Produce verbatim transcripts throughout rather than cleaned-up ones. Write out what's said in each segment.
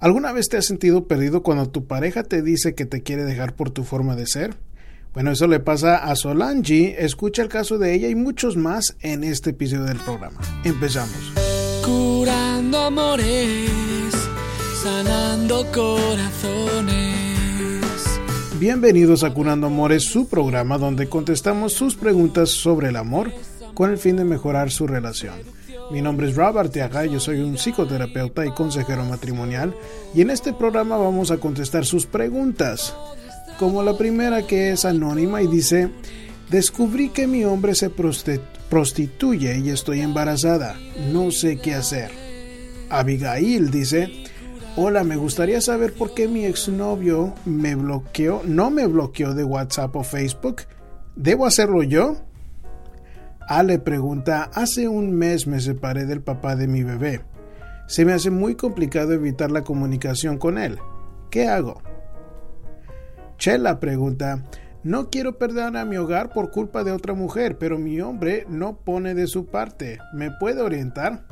¿Alguna vez te has sentido perdido cuando tu pareja te dice que te quiere dejar por tu forma de ser? Bueno, eso le pasa a Solange. Escucha el caso de ella y muchos más en este episodio del programa. Empezamos. Curando amores, sanando corazones. Bienvenidos a Curando Amores, su programa donde contestamos sus preguntas sobre el amor con el fin de mejorar su relación. Mi nombre es Rob Arteaga, yo soy un psicoterapeuta y consejero matrimonial y en este programa vamos a contestar sus preguntas, como la primera, que es anónima y dice: descubrí que mi hombre se prostituye y estoy embarazada, no sé qué hacer. Abigail dice: hola, me gustaría saber por qué mi exnovio me bloqueó, no me bloqueó de WhatsApp o Facebook. ¿Debo hacerlo yo? Ale pregunta: hace un mes me separé del papá de mi bebé. Se me hace muy complicado evitar la comunicación con él. ¿Qué hago? Chela pregunta: no quiero perder a mi hogar por culpa de otra mujer, pero mi hombre no pone de su parte. ¿Me puede orientar?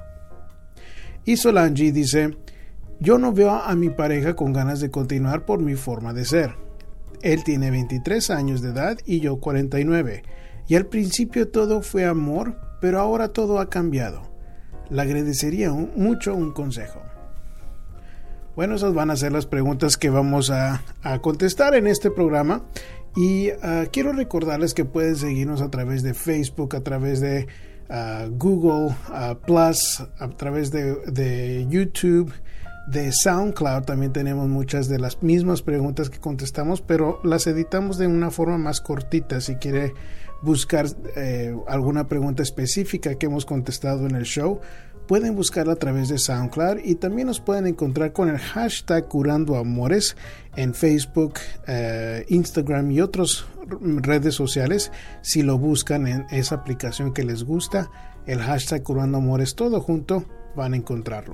Y Solange dice: yo no veo a mi pareja con ganas de continuar por mi forma de ser. Él tiene veintitrés años de edad y yo cuarenta y nueve. Y al principio todo fue amor, pero ahora todo ha cambiado. Le agradecería un, mucho un consejo. Bueno, esas van a ser las preguntas que vamos a, a contestar en este programa. Y uh, quiero recordarles que pueden seguirnos a través de Facebook, a través de uh, Google uh, Plus, a través de, de YouTube, de SoundCloud. También tenemos muchas de las mismas preguntas que contestamos, pero las editamos de una forma más cortita. Si quiere buscar eh, alguna pregunta específica que hemos contestado en el show, pueden buscarla a través de SoundCloud y también nos pueden encontrar con el hashtag Curando Amores en Facebook, eh, Instagram y otras redes sociales. Si lo buscan en esa aplicación que les gusta, el hashtag Curando Amores, todo junto, van a encontrarlo.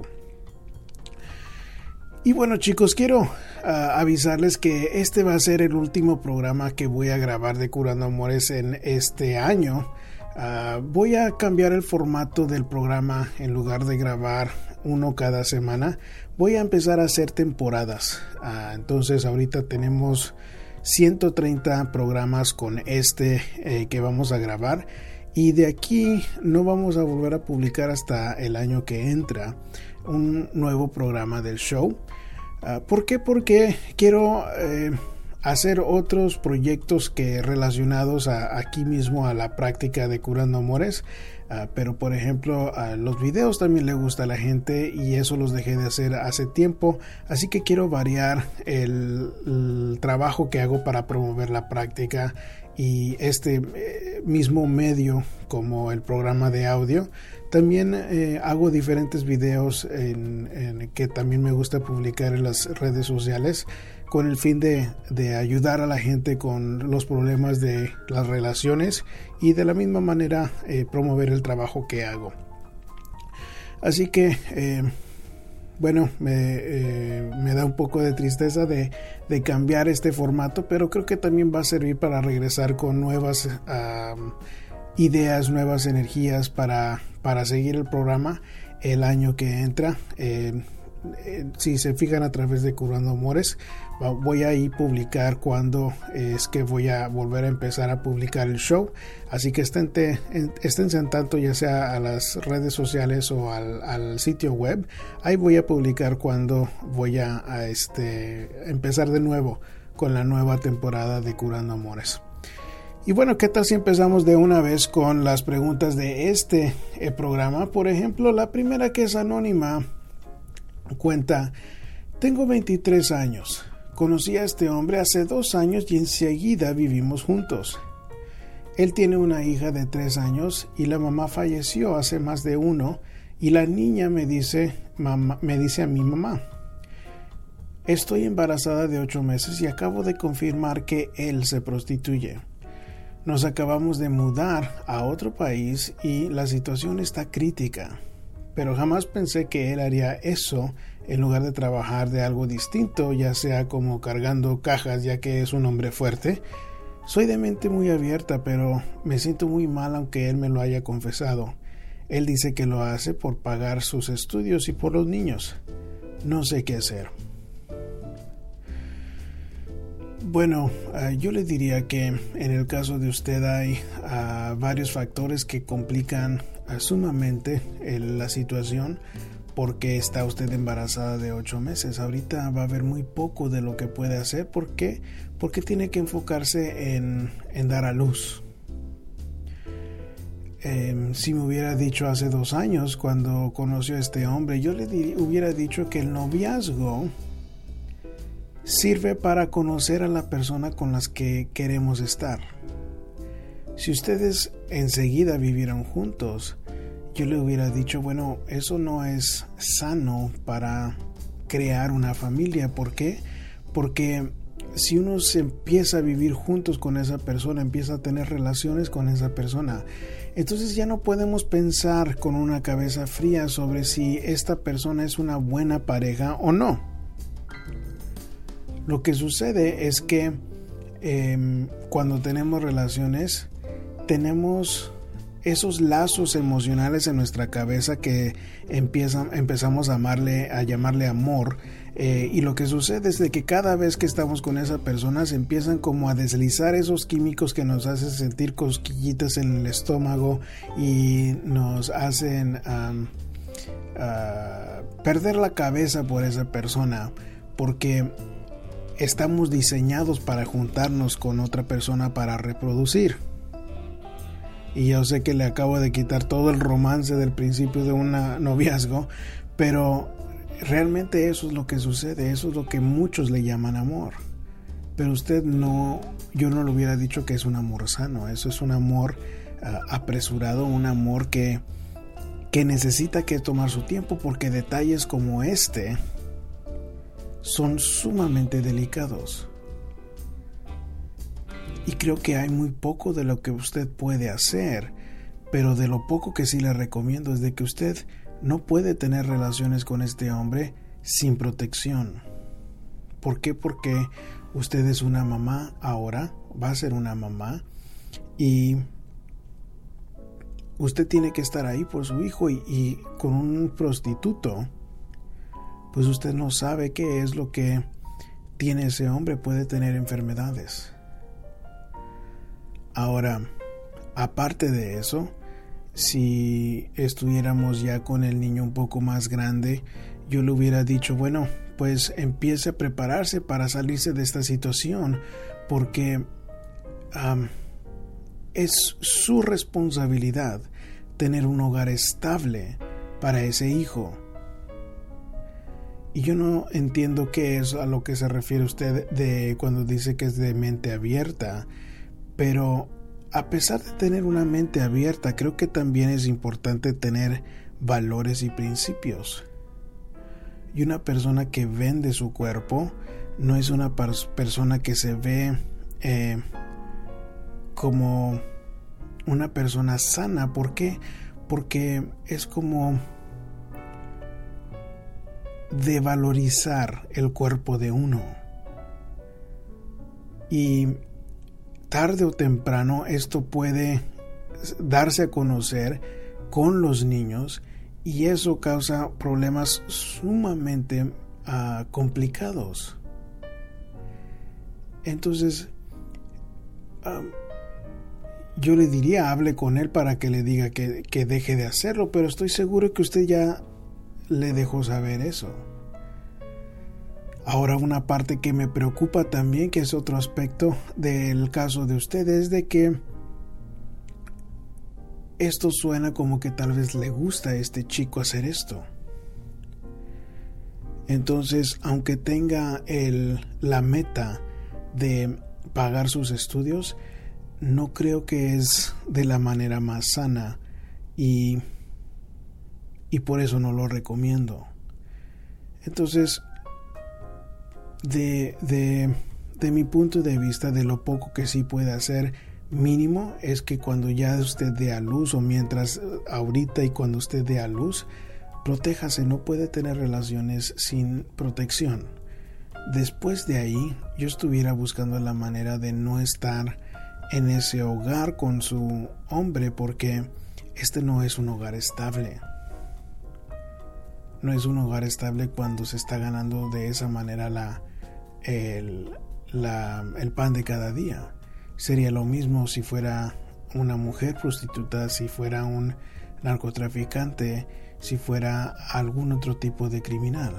Y bueno, chicos, quiero uh, avisarles que este va a ser el último programa que voy a grabar de Curando Amores en este año. Uh, voy a cambiar el formato del programa. En lugar de grabar uno cada semana, voy a empezar a hacer temporadas. Uh, entonces ahorita tenemos ciento treinta programas con este eh, que vamos a grabar. Y de aquí no vamos a volver a publicar hasta el año que entra un nuevo programa del show. Uh, ¿Por qué? Porque quiero eh, hacer otros proyectos que relacionados a, aquí mismo a la práctica de Curando Amores. Uh, pero por ejemplo, uh, los videos también le gusta a la gente y eso los dejé de hacer hace tiempo. Así que quiero variar el, el trabajo que hago para promover la práctica y este eh, mismo medio como el programa de audio. También eh, hago diferentes videos en, en que también me gusta publicar en las redes sociales con el fin de, de ayudar a la gente con los problemas de las relaciones y de la misma manera eh, promover el trabajo que hago. Así que eh, bueno, me, eh, me da un poco de tristeza de, de cambiar este formato, pero creo que también va a servir para regresar con nuevas uh, ideas, nuevas energías para, para seguir el programa el año que entra. Eh, eh, si se fijan a través de Curando Amores, voy a ir publicar cuando es que voy a volver a empezar a publicar el show, así que estén, te, esténse en tanto, ya sea a las redes sociales o al, al sitio web. Ahí voy a publicar cuando voy a, a este, empezar de nuevo con la nueva temporada de Curando Amores. Y bueno, ¿qué tal si empezamos de una vez con las preguntas de este eh, programa? Por ejemplo, la primera, que es anónima, cuenta: tengo veintitrés años. Conocí a este hombre hace dos años y enseguida vivimos juntos. Él tiene una hija de tres años y la mamá falleció hace más de uno y la niña me dice, mamá, me dice a mi mamá: estoy embarazada de ocho meses y acabo de confirmar que él se prostituye. Nos acabamos de mudar a otro país y la situación está crítica, pero jamás pensé que él haría eso en lugar de trabajar de algo distinto, ya sea como cargando cajas, ya que es un hombre fuerte. Soy de mente muy abierta, pero me siento muy mal aunque él me lo haya confesado. Él dice que lo hace por pagar sus estudios y por los niños. No sé qué hacer. Bueno, uh, yo le diría que en el caso de usted hay uh, varios factores que complican uh, sumamente el, la situación, porque está usted embarazada de ocho meses. Ahorita va a haber muy poco de lo que puede hacer. ¿Por qué? Porque tiene que enfocarse en, en dar a luz. Eh, si me hubiera dicho hace dos años cuando conoció a este hombre, yo le di, hubiera dicho que el noviazgo sirve para conocer a la persona con las que queremos estar. Si ustedes enseguida vivieron juntos, yo le hubiera dicho, bueno, eso no es sano para crear una familia. ¿Por qué? Porque si uno se empieza a vivir juntos con esa persona, empieza a tener relaciones con esa persona, entonces ya no podemos pensar con una cabeza fría sobre si esta persona es una buena pareja o no. Lo que sucede es que eh, cuando tenemos relaciones, tenemos esos lazos emocionales en nuestra cabeza que empiezan, empezamos a amarle, a llamarle amor, eh, y lo que sucede es de que cada vez que estamos con esa persona se empiezan como a deslizar esos químicos que nos hacen sentir cosquillitas en el estómago y nos hacen um, uh, perder la cabeza por esa persona, porque estamos diseñados para juntarnos con otra persona para reproducir. Y yo sé que le acabo de quitar todo el romance del principio de un noviazgo, pero realmente eso es lo que sucede, eso es lo que muchos le llaman amor. Pero usted no, yo no le hubiera dicho que es un amor sano, eso es un amor uh, apresurado, un amor que, que necesita que tomar su tiempo, porque detalles como este son sumamente delicados. Y creo que hay muy poco de lo que usted puede hacer, pero de lo poco que sí le recomiendo es de que usted no puede tener relaciones con este hombre sin protección. ¿Por qué? Porque usted es una mamá ahora, va a ser una mamá, y usted tiene que estar ahí por su hijo, y, y con un prostituto, pues usted no sabe qué es lo que tiene ese hombre, puede tener enfermedades. Ahora, aparte de eso, si estuviéramos ya con el niño un poco más grande, yo le hubiera dicho, bueno, pues empiece a prepararse para salirse de esta situación, porque um, es su responsabilidad tener un hogar estable para ese hijo. Y yo no entiendo qué es a lo que se refiere usted de cuando dice que es de mente abierta. Pero a pesar de tener una mente abierta, creo que también es importante tener valores y principios. Y una persona que vende su cuerpo no es una persona que se ve eh, como una persona sana. ¿Por qué? Porque es como devalorizar el cuerpo de uno. Y tarde o temprano esto puede darse a conocer con los niños, y eso causa problemas sumamente uh, complicados. Entonces um, yo le diría, hable con él para que le diga que, que deje de hacerlo, pero estoy seguro que usted ya le dejó saber eso. Ahora, una parte que me preocupa también, que es otro aspecto del caso de usted, es de que esto suena como que tal vez le gusta a este chico hacer esto. Entonces, aunque tenga el, la meta de pagar sus estudios, no creo que es de la manera más sana, y, y por eso no lo recomiendo. Entonces, De, de, de mi punto de vista, de lo poco que sí puede hacer, mínimo es que cuando ya usted dé a luz, o mientras ahorita y cuando usted dé a luz, protéjase. No puede tener relaciones sin protección. Después de ahí, yo estuviera buscando la manera de no estar en ese hogar con su hombre, porque este no es un hogar estable. No es un hogar estable cuando se está ganando de esa manera la, el, la, el pan de cada día. Sería lo mismo si fuera una mujer prostituta, si fuera un narcotraficante, si fuera algún otro tipo de criminal.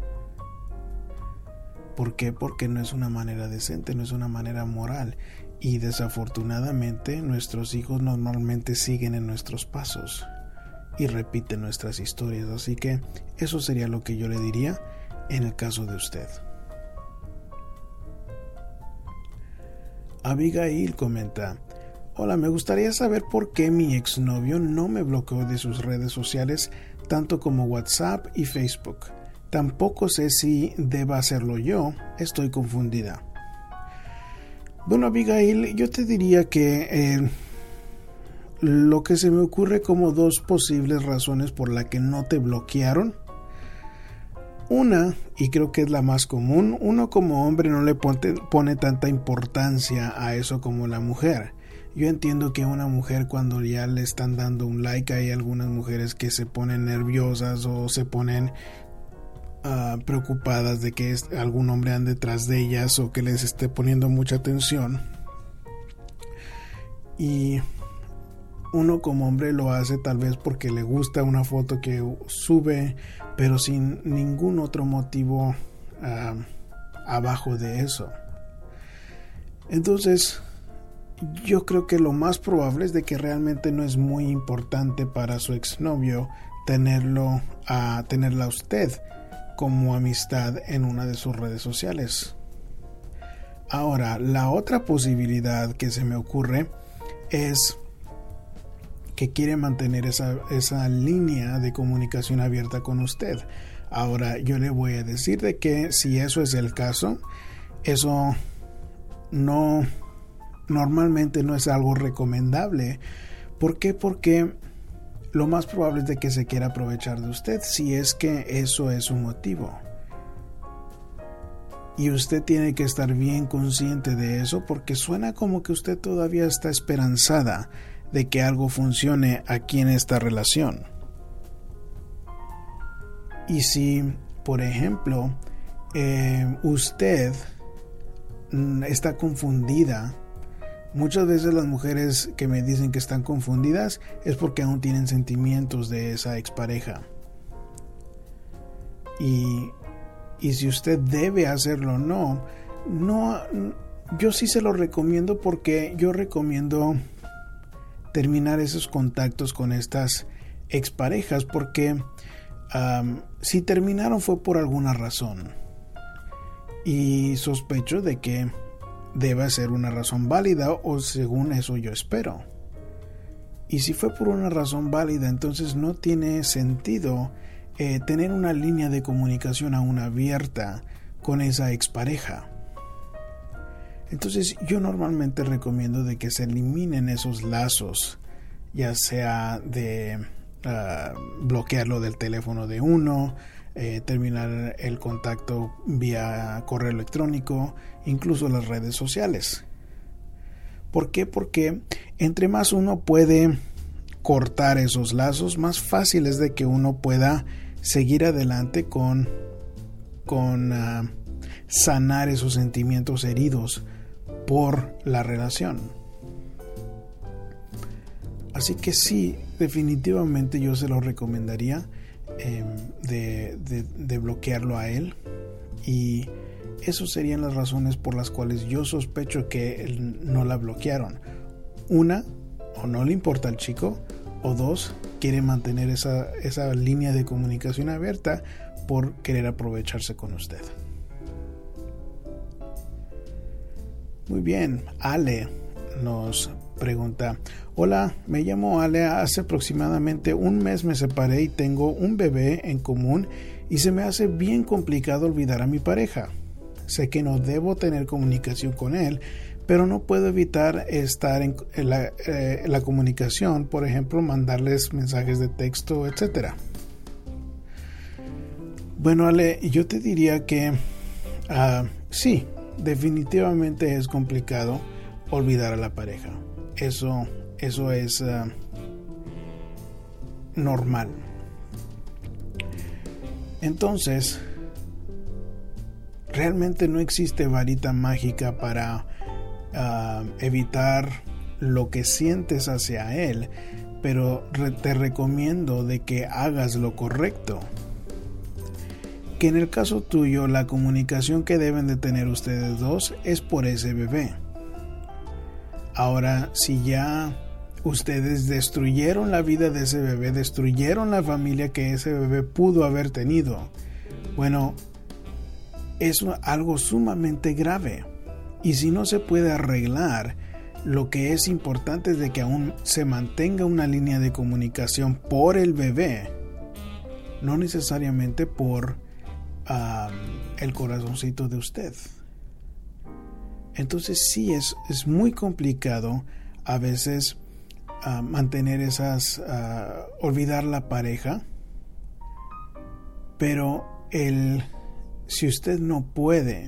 ¿Por qué? Porque no es una manera decente, no es una manera moral. Y desafortunadamente nuestros hijos normalmente siguen en nuestros pasos y repiten nuestras historias. Así que eso sería lo que yo le diría en el caso de usted. Abigail comenta: hola, me gustaría saber por qué mi exnovio no me bloqueó de sus redes sociales, tanto como WhatsApp y Facebook. Tampoco sé si deba hacerlo yo, estoy confundida. Bueno, Abigail, yo te diría que eh, lo que se me ocurre como dos posibles razones por la que no te bloquearon. Una, y creo que es la más común, uno como hombre no le pone, pone tanta importancia a eso como la mujer. Yo entiendo que una mujer, cuando ya le están dando un like, hay algunas mujeres que se ponen nerviosas o se ponen Uh, preocupadas de que es, algún hombre ande detrás de ellas o que les esté poniendo mucha atención, y uno como hombre lo hace tal vez porque le gusta una foto que sube, pero sin ningún otro motivo uh, abajo de eso. Entonces yo creo que lo más probable es de que realmente no es muy importante para su exnovio tenerlo a uh, tenerla a usted como amistad en una de sus redes sociales. Ahora, la otra posibilidad que se me ocurre es que quiere mantener esa, esa línea de comunicación abierta con usted. Ahora, yo le voy a decir de que si eso es el caso, eso no, normalmente no es algo recomendable. ¿Por qué? Porque lo más probable es de que se quiera aprovechar de usted, si es que eso es su motivo. Y usted tiene que estar bien consciente de eso, porque suena como que usted todavía está esperanzada de que algo funcione aquí en esta relación. Y si, por ejemplo, eh, usted está confundida, muchas veces las mujeres que me dicen que están confundidas es porque aún tienen sentimientos de esa expareja. Y, y si usted debe hacerlo o no, no, yo sí se lo recomiendo, porque yo recomiendo terminar esos contactos con estas exparejas, porque um, si terminaron fue por alguna razón. Y sospecho de que debe ser una razón válida, o según eso yo espero. Y si fue por una razón válida, entonces no tiene sentido eh, tener una línea de comunicación aún abierta con esa expareja. Entonces yo normalmente recomiendo de que se eliminen esos lazos, ya sea de uh, bloquearlo del teléfono de uno, Eh, terminar el contacto vía correo electrónico, incluso las redes sociales. ¿Por qué? Porque entre más uno puede cortar esos lazos, más fácil es de que uno pueda seguir adelante con, con uh, sanar esos sentimientos heridos por la relación. Así que sí, definitivamente yo se lo recomendaría. Eh, de, de, de bloquearlo a él, y esas serían las razones por las cuales yo sospecho que él no la bloquearon. Una, o no le importa al chico, o dos, quiere mantener esa, esa línea de comunicación abierta por querer aprovecharse con usted. Muy bien, Ale nos pregunta: hola, me llamo Ale, hace aproximadamente un mes me separé y tengo un bebé en común y se me hace bien complicado olvidar a mi pareja. Sé que no debo tener comunicación con él, pero no puedo evitar estar en, en, la, eh, en la comunicación, por ejemplo, mandarles mensajes de texto, etcétera. Bueno, Ale, yo te diría que uh, sí, definitivamente es complicado olvidar a la pareja. Eso, eso es uh, normal. Entonces, realmente no existe varita mágica para uh, evitar lo que sientes hacia él, pero re- te recomiendo de que hagas lo correcto. Que en el caso tuyo, la comunicación que deben de tener ustedes dos es por ese bebé. Ahora, si ya ustedes destruyeron la vida de ese bebé, destruyeron la familia que ese bebé pudo haber tenido, bueno, es algo sumamente grave. Y si no se puede arreglar, lo que es importante es de que aún se mantenga una línea de comunicación por el bebé, no necesariamente por um, el corazoncito de usted. Entonces sí, es, es muy complicado a veces uh, mantener esas, uh, olvidar la pareja, pero el, si usted no puede,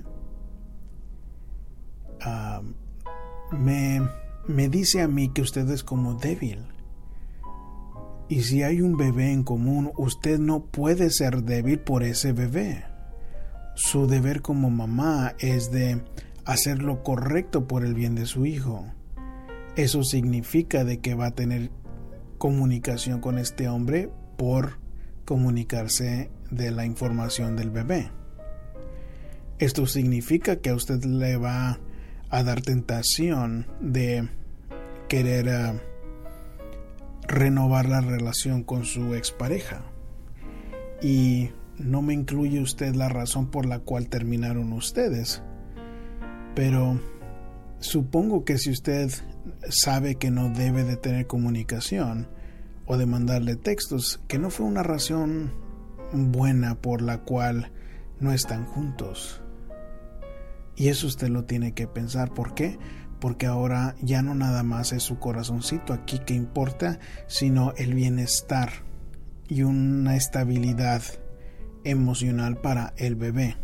uh, me, me dice a mí que usted es como débil. Y si hay un bebé en común, usted no puede ser débil por ese bebé. Su deber como mamá es de hacer lo correcto por el bien de su hijo. Eso significa de que va a tener comunicación con este hombre por comunicarse de la información del bebé. Esto significa que a usted le va a dar tentación de querer uh, renovar la relación con su expareja. Y no me incluye usted la razón por la cual terminaron ustedes. Pero supongo que si usted sabe que no debe de tener comunicación o de mandarle textos, que no fue una razón buena por la cual no están juntos. Y eso usted lo tiene que pensar. ¿Por qué? Porque ahora ya no nada más es su corazoncito aquí que importa, sino el bienestar y una estabilidad emocional para el bebé.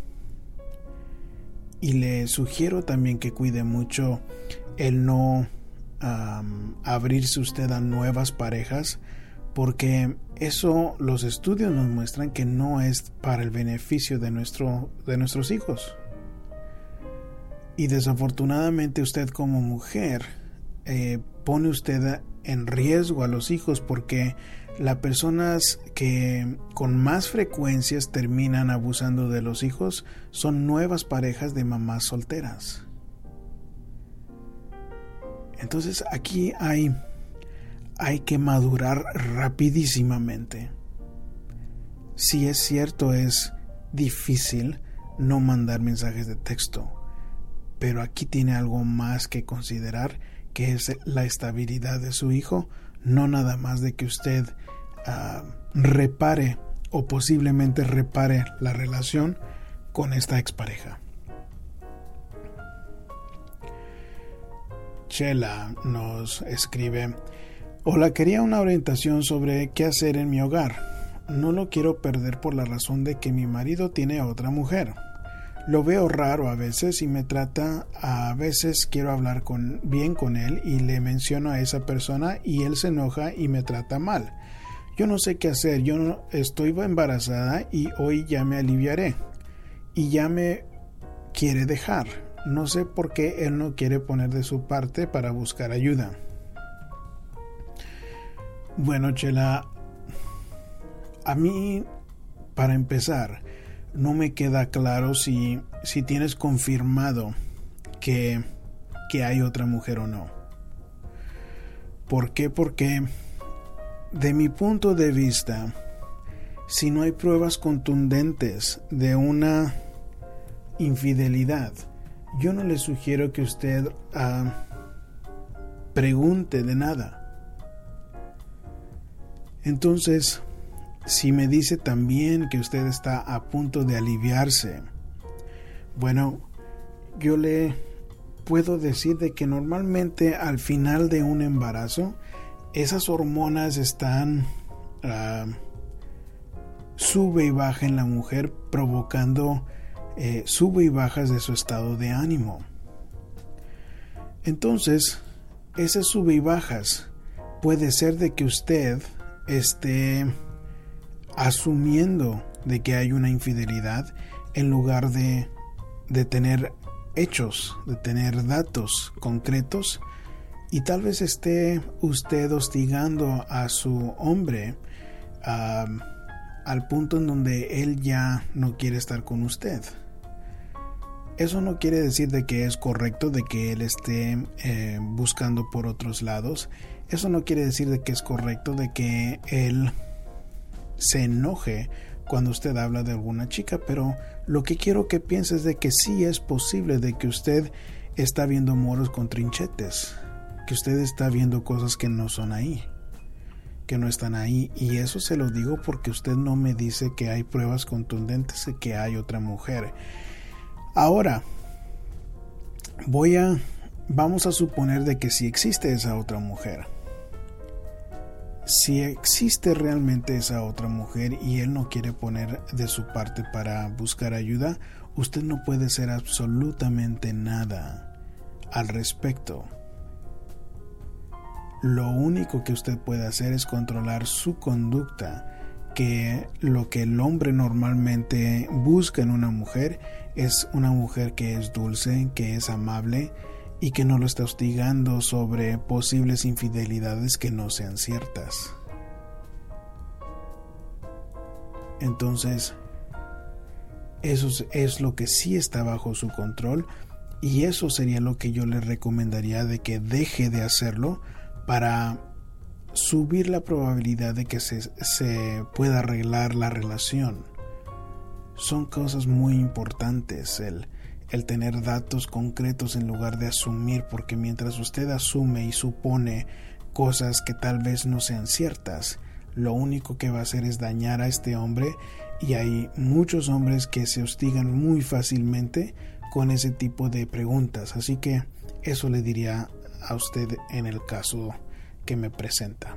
Y le sugiero también que cuide mucho el no um, abrirse usted a nuevas parejas, porque eso los estudios nos muestran que no es para el beneficio de, nuestro, de nuestros hijos. Y desafortunadamente usted como mujer eh, pone usted en riesgo a los hijos, porque las personas que con más frecuencias terminan abusando de los hijos son nuevas parejas de mamás solteras. Entonces aquí hay, hay que madurar rapidísimamente. Si es cierto, es difícil no mandar mensajes de texto, pero aquí tiene algo más que considerar, que es la estabilidad de su hijo, no nada más de que usted uh, repare o posiblemente repare la relación con esta expareja. Chela nos escribe: hola, quería una orientación sobre qué hacer en mi hogar. No lo quiero perder por la razón de que mi marido tiene a otra mujer. Lo veo raro a veces y me trata, a veces quiero hablar con, bien con él y le menciono a esa persona y él se enoja y me trata mal. Yo no sé qué hacer, yo no, estoy embarazada y hoy ya me aliviaré. Y ya me quiere dejar. No sé por qué él no quiere poner de su parte para buscar ayuda. Bueno, Chela, a mí, para empezar, no me queda claro si, si tienes confirmado que, que hay otra mujer o no. ¿Por qué? Porque de mi punto de vista, si no hay pruebas contundentes de una infidelidad, yo no le sugiero que usted uh, pregunte de nada. Entonces, si me dice también que usted está a punto de aliviarse, bueno, yo le puedo decir de que normalmente al final de un embarazo, esas hormonas están uh, sube y baja en la mujer, provocando eh, sube y bajas de su estado de ánimo. Entonces, esas sube y bajas puede ser de que usted esté asumiendo de que hay una infidelidad en lugar de de tener hechos, de tener datos concretos, y tal vez esté usted hostigando a su hombre uh, al punto en donde él ya no quiere estar con usted. Eso no quiere decir de que es correcto, de que él esté eh, buscando por otros lados. Eso no quiere decir de que es correcto, de que él se enoje cuando usted habla de alguna chica, pero lo que quiero que piense es de que sí es posible de que usted está viendo moros con trinchetes, que usted está viendo cosas que no son ahí, que no están ahí, y eso se lo digo porque usted no me dice que hay pruebas contundentes de que hay otra mujer. Ahora, voy a, vamos a suponer de que sí existe esa otra mujer. Si existe realmente esa otra mujer y él no quiere poner de su parte para buscar ayuda, usted no puede hacer absolutamente nada al respecto. Lo único que usted puede hacer es controlar su conducta, que lo que el hombre normalmente busca en una mujer es una mujer que es dulce, que es amable y que no lo está hostigando sobre posibles infidelidades que no sean ciertas. Entonces, eso es lo que sí está bajo su control, y eso sería lo que yo le recomendaría de que deje de hacerlo para subir la probabilidad de que se, se pueda arreglar la relación. Son cosas muy importantes el, el tener datos concretos en lugar de asumir, porque mientras usted asume y supone cosas que tal vez no sean ciertas, lo único que va a hacer es dañar a este hombre, y hay muchos hombres que se hostigan muy fácilmente con ese tipo de preguntas. Así que eso le diría a usted en el caso que me presenta.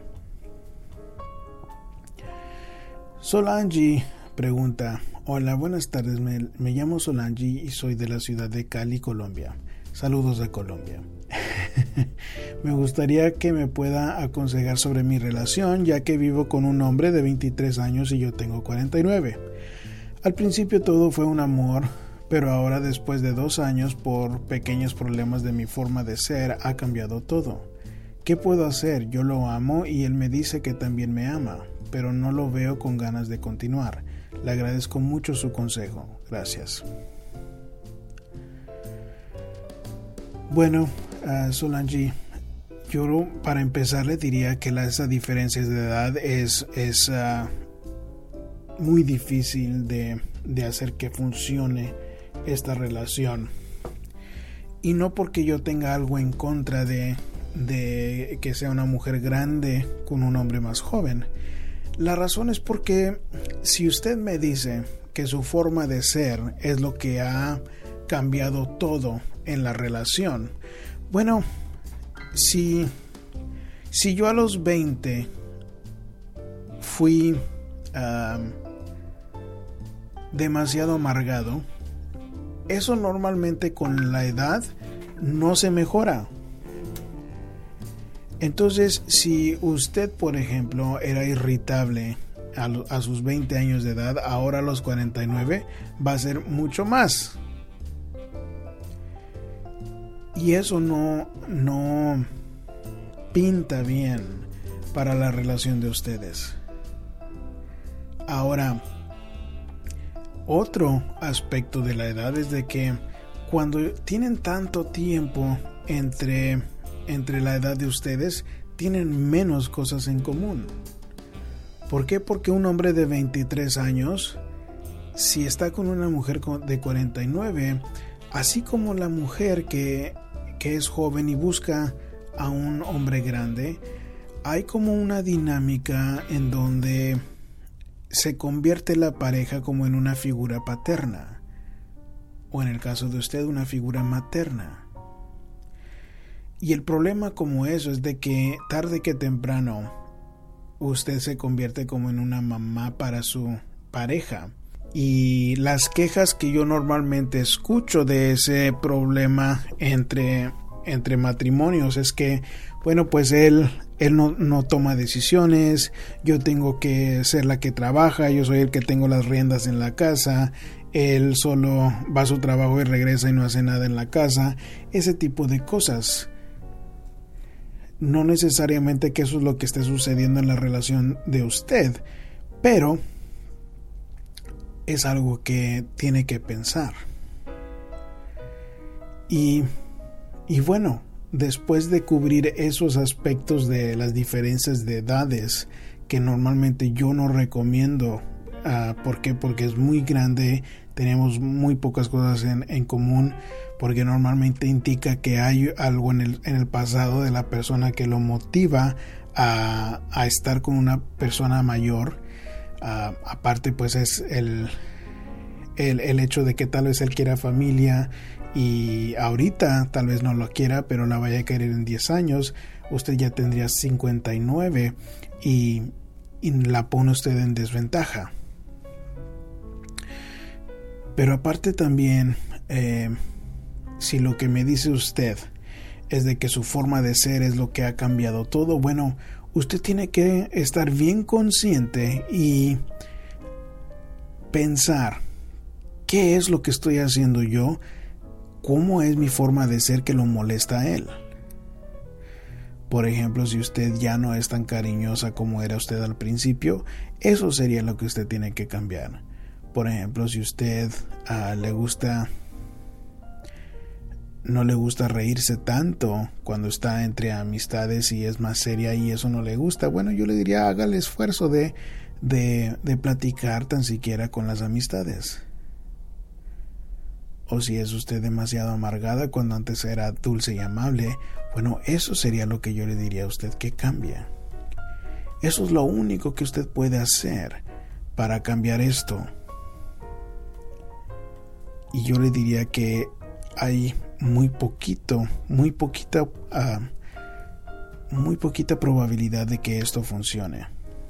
Solange pregunta: hola, buenas tardes, me, me llamo Solange y soy de la ciudad de Cali, Colombia. Saludos de Colombia. Me gustaría que me pueda aconsejar sobre mi relación, ya que vivo con un hombre de veintitrés años y yo tengo cuarenta y nueve. Al principio todo fue un amor, pero ahora, después de dos años, por pequeños problemas de mi forma de ser, ha cambiado todo. ¿Qué puedo hacer? Yo lo amo y él me dice que también me ama, pero no lo veo con ganas de continuar. Le agradezco mucho su consejo. Gracias. Bueno, uh, Solange, yo para empezar le diría que la, esa diferencia de edad es, es uh, muy difícil de, de hacer que funcione esta relación. Y no porque yo tenga algo en contra de, de que sea una mujer grande con un hombre más joven. La razón es porque si usted me dice que su forma de ser es lo que ha cambiado todo en la relación, bueno, si, si yo a los veinte fui uh, demasiado amargado, eso normalmente con la edad no se mejora. Entonces, si usted, por ejemplo, era irritable a, lo, a sus veinte años de edad, ahora a los cuarenta y nueve va a ser mucho más. Y eso no, no pinta bien para la relación de ustedes. Ahora, otro aspecto de la edad es de que cuando tienen tanto tiempo entre, entre la edad de ustedes, tienen menos cosas en común. ¿Por qué? Porque un hombre de veintitrés años, si está con una mujer de cuarenta y nueve, así como la mujer que, que es joven y busca a un hombre grande, hay como una dinámica en donde se convierte la pareja como en una figura paterna, o en el caso de usted, una figura materna. Y el problema como eso es de que tarde que temprano usted se convierte como en una mamá para su pareja. Y las quejas que yo normalmente escucho de ese problema entre, entre matrimonios es que, bueno, pues él, él no, no toma decisiones, yo tengo que ser la que trabaja, yo soy el que tengo las riendas en la casa, él solo va a su trabajo y regresa y no hace nada en la casa, ese tipo de cosas. No necesariamente que eso es lo que esté sucediendo en la relación de usted, pero es algo que tiene que pensar. Y, y bueno, después de cubrir esos aspectos de las diferencias de edades que normalmente yo no recomiendo, uh, ¿por qué? Porque es muy grande, tenemos muy pocas cosas en, en común, porque normalmente indica que hay algo en el, en el pasado de la persona que lo motiva a, a estar con una persona mayor. Uh, aparte pues es el, el, el hecho de que tal vez él quiera familia y ahorita tal vez no lo quiera, pero la vaya a querer en diez años. Usted ya tendría cincuenta y nueve y, y la pone usted en desventaja. Pero aparte también, eh, si lo que me dice usted es de que su forma de ser es lo que ha cambiado todo, bueno, usted tiene que estar bien consciente y pensar, ¿qué es lo que estoy haciendo yo? ¿Cómo es mi forma de ser que lo molesta a él? Por ejemplo, si usted ya no es tan cariñosa como era usted al principio, eso sería lo que usted tiene que cambiar. Por ejemplo, si usted uh, le gusta, no le gusta reírse tanto cuando está entre amistades y es más seria y eso no le gusta, bueno, yo le diría haga el esfuerzo de, de, de platicar tan siquiera con las amistades. O si es usted demasiado amargada cuando antes era dulce y amable, bueno, eso sería lo que yo le diría a usted que cambie. Eso es lo único que usted puede hacer para cambiar esto. Y yo le diría que hay muy poquito, muy poquita, uh, muy poquita probabilidad de que esto funcione.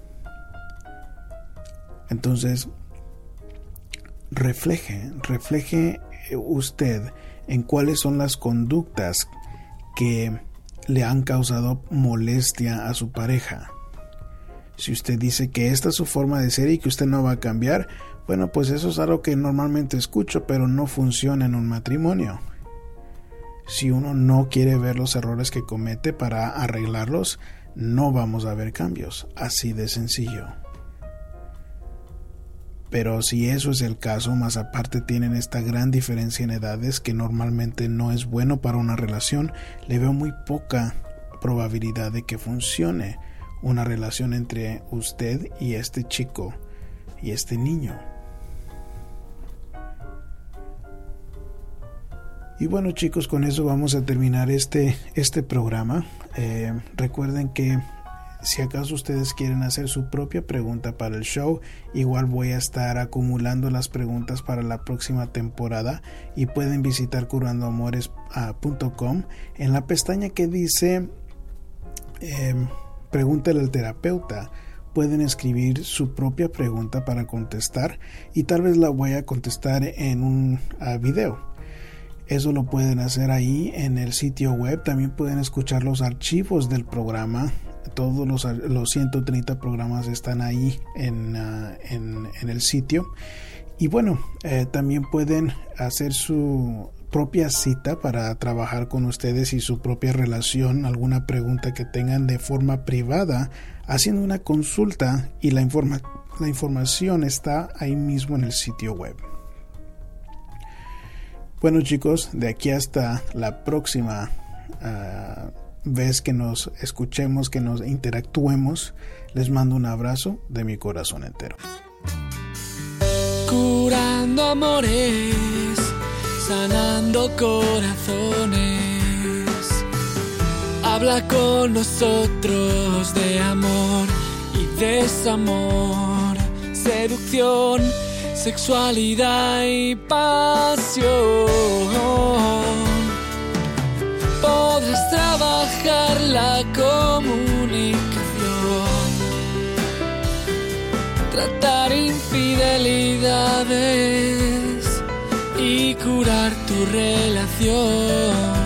Entonces, refleje, refleje usted en cuáles son las conductas que le han causado molestia a su pareja. Si usted dice que esta es su forma de ser y que usted no va a cambiar, bueno, pues eso es algo que normalmente escucho, pero no funciona en un matrimonio. Si uno no quiere ver los errores que comete para arreglarlos, no vamos a ver cambios, así de sencillo. Pero si eso es el caso, más aparte tienen esta gran diferencia en edades que normalmente no es bueno para una relación, le veo muy poca probabilidad de que funcione una relación entre usted y este chico y este niño. Y bueno, chicos, con eso vamos a terminar este, este programa. Eh, recuerden que si acaso ustedes quieren hacer su propia pregunta para el show, igual voy a estar acumulando las preguntas para la próxima temporada y pueden visitar curando amores punto com. En la pestaña que dice eh, pregúntale al terapeuta, pueden escribir su propia pregunta para contestar y tal vez la voy a contestar en un uh, video. Eso lo pueden hacer ahí en el sitio web. También pueden escuchar los archivos del programa. Todos los, los ciento treinta programas están ahí en, uh, en, en el sitio. Y bueno, eh, también pueden hacer su propia cita para trabajar con ustedes y su propia relación, alguna pregunta que tengan de forma privada, haciendo una consulta y la, informa- la información está ahí mismo en el sitio web. Bueno, chicos, de aquí hasta la próxima uh, vez que nos escuchemos, que nos interactuemos, les mando un abrazo de mi corazón entero. Curando amores, sanando corazones. Habla con nosotros de amor y desamor, seducción, sexualidad y pasión. Podrás trabajar la comunicación, tratar infidelidades y curar tu relación.